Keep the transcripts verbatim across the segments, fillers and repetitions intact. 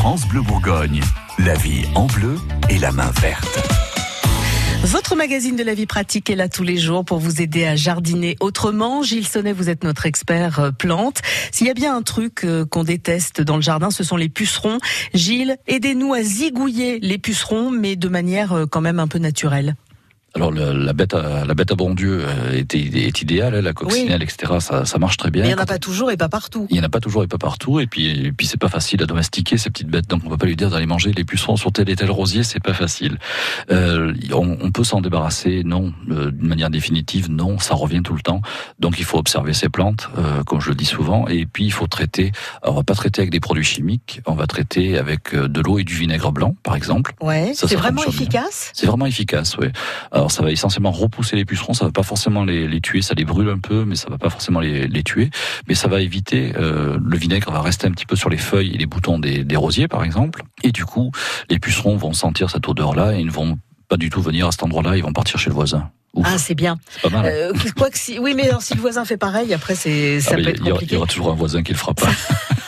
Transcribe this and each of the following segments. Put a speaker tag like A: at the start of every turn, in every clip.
A: France Bleu Bourgogne. La vie en bleu et la main verte.
B: Votre magazine de la vie pratique est là tous les jours pour vous aider à jardiner autrement. Gilles Sonnet, vous êtes notre expert euh, plantes. S'il y a bien un truc euh, qu'on déteste dans le jardin, ce sont les pucerons. Gilles, aidez-nous à zigouiller les pucerons, mais de manière euh, quand même un peu naturelle.
C: Alors le, la bête à la bête à bon Dieu est, est idéale, la coccinelle, oui. et cetera. Ça, ça marche très bien.
B: Mais il n'y en a pas toujours et pas partout.
C: Il n'y en a pas toujours et pas partout. Et puis, et puis c'est pas facile à domestiquer ces petites bêtes. Donc on va pas lui dire d'aller manger les pucerons sur tel et tel rosier. C'est pas facile. Euh, on, on peut s'en débarrasser, non, euh, d'une manière définitive, non. Ça revient tout le temps. Donc il faut observer ces plantes, euh, comme je le dis souvent. Et puis il faut traiter. Alors, on va pas traiter avec des produits chimiques. On va traiter avec de l'eau et du vinaigre blanc, par exemple.
B: Ouais. Ça, c'est ça vraiment efficace.
C: C'est vraiment efficace, oui. Alors ça va essentiellement repousser les pucerons, ça va pas forcément les, les tuer, ça les brûle un peu, mais ça va pas forcément les, les tuer. Mais ça va éviter, euh, le vinaigre va rester un petit peu sur les feuilles et les boutons des, des rosiers par exemple, et du coup les pucerons vont sentir cette odeur-là et ils ne vont pas du tout venir à cet endroit-là, ils vont partir chez le voisin. Ouf.
B: Ah, c'est bien.
C: C'est pas mal.
B: Euh, quoi que si, oui, mais alors, si le voisin fait pareil, après c'est ça
C: ah,
B: peut être compliqué.
C: Il y aura toujours un voisin qui le fera pas.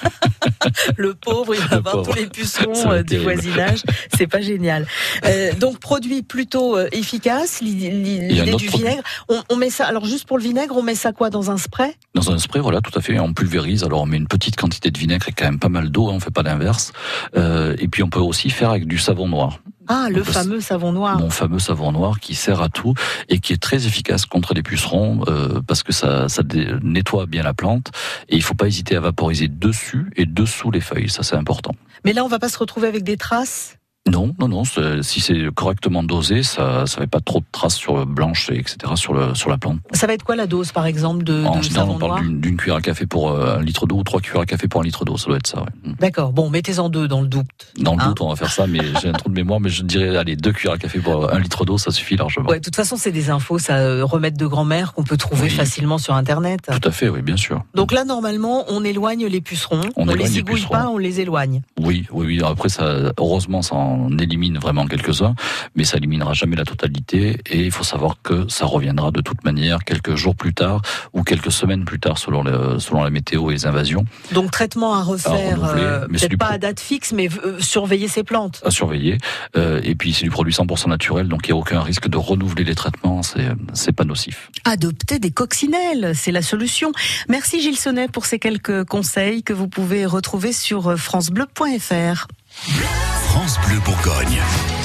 B: Le pauvre, il va avoir pauvre. tous les pucerons euh, du voisinage. C'est pas génial. Euh, donc, produit plutôt euh, efficace, l'idée du vinaigre. On, on met ça, alors juste pour le vinaigre, on met ça quoi, dans un spray?
C: Dans un spray, voilà, tout à fait. On pulvérise. Alors, on met une petite quantité de vinaigre et quand même pas mal d'eau. Hein, on fait pas l'inverse. Euh, et puis, on peut aussi faire avec du savon noir.
B: Ah, le fameux savon noir.
C: Mon fameux savon noir qui sert à tout et qui est très efficace contre les pucerons euh, parce que ça, ça dé- nettoie bien la plante et il faut pas hésiter à vaporiser dessus et dessous les feuilles, ça c'est important.
B: Mais là on va pas se retrouver avec des traces ?
C: Non, non, non. C'est, si c'est correctement dosé, ça, ça fait pas trop de traces sur blanche, et cetera sur le sur la plante.
B: Ça va être quoi la dose, par exemple, de,
C: en
B: de
C: général,
B: savon
C: on parle
B: noir
C: d'une, d'une cuillère à café pour euh, un litre d'eau ou trois cuillères à café pour un litre d'eau. Ça doit être ça. Ouais.
B: D'accord. Bon, mettez-en deux dans le doute.
C: Dans le
B: hein
C: doute, on va faire ça. Mais j'ai un trou de mémoire, mais je dirais allez deux cuillères à café pour un litre d'eau, ça suffit largement.
B: Ouais. De toute façon, c'est des infos, ça euh, remède de grand-mère qu'on peut trouver oui. facilement sur Internet.
C: Tout à fait, oui, bien sûr.
B: Donc là, normalement, on éloigne les pucerons. On, on les zigouille pas, on les éloigne.
C: Oui, oui, oui. Après, ça, heureusement, ça en élimine vraiment quelques-uns, mais ça éliminera jamais la totalité. Et il faut savoir que ça reviendra de toute manière quelques jours plus tard ou quelques semaines plus tard, selon le, selon la météo et les invasions.
B: Donc traitement à refaire, à euh, peut-être pas pro... à date fixe, mais euh, surveiller ces plantes.
C: À surveiller. Euh, et puis c'est du produit cent pour cent naturel, donc il n'y a aucun risque de renouveler les traitements. C'est, c'est pas nocif.
B: Adopter des coccinelles, c'est la solution. Merci Gilles Sonnet pour ces quelques conseils que vous pouvez retrouver sur francebleu point f r.
A: France Bleu Bourgogne.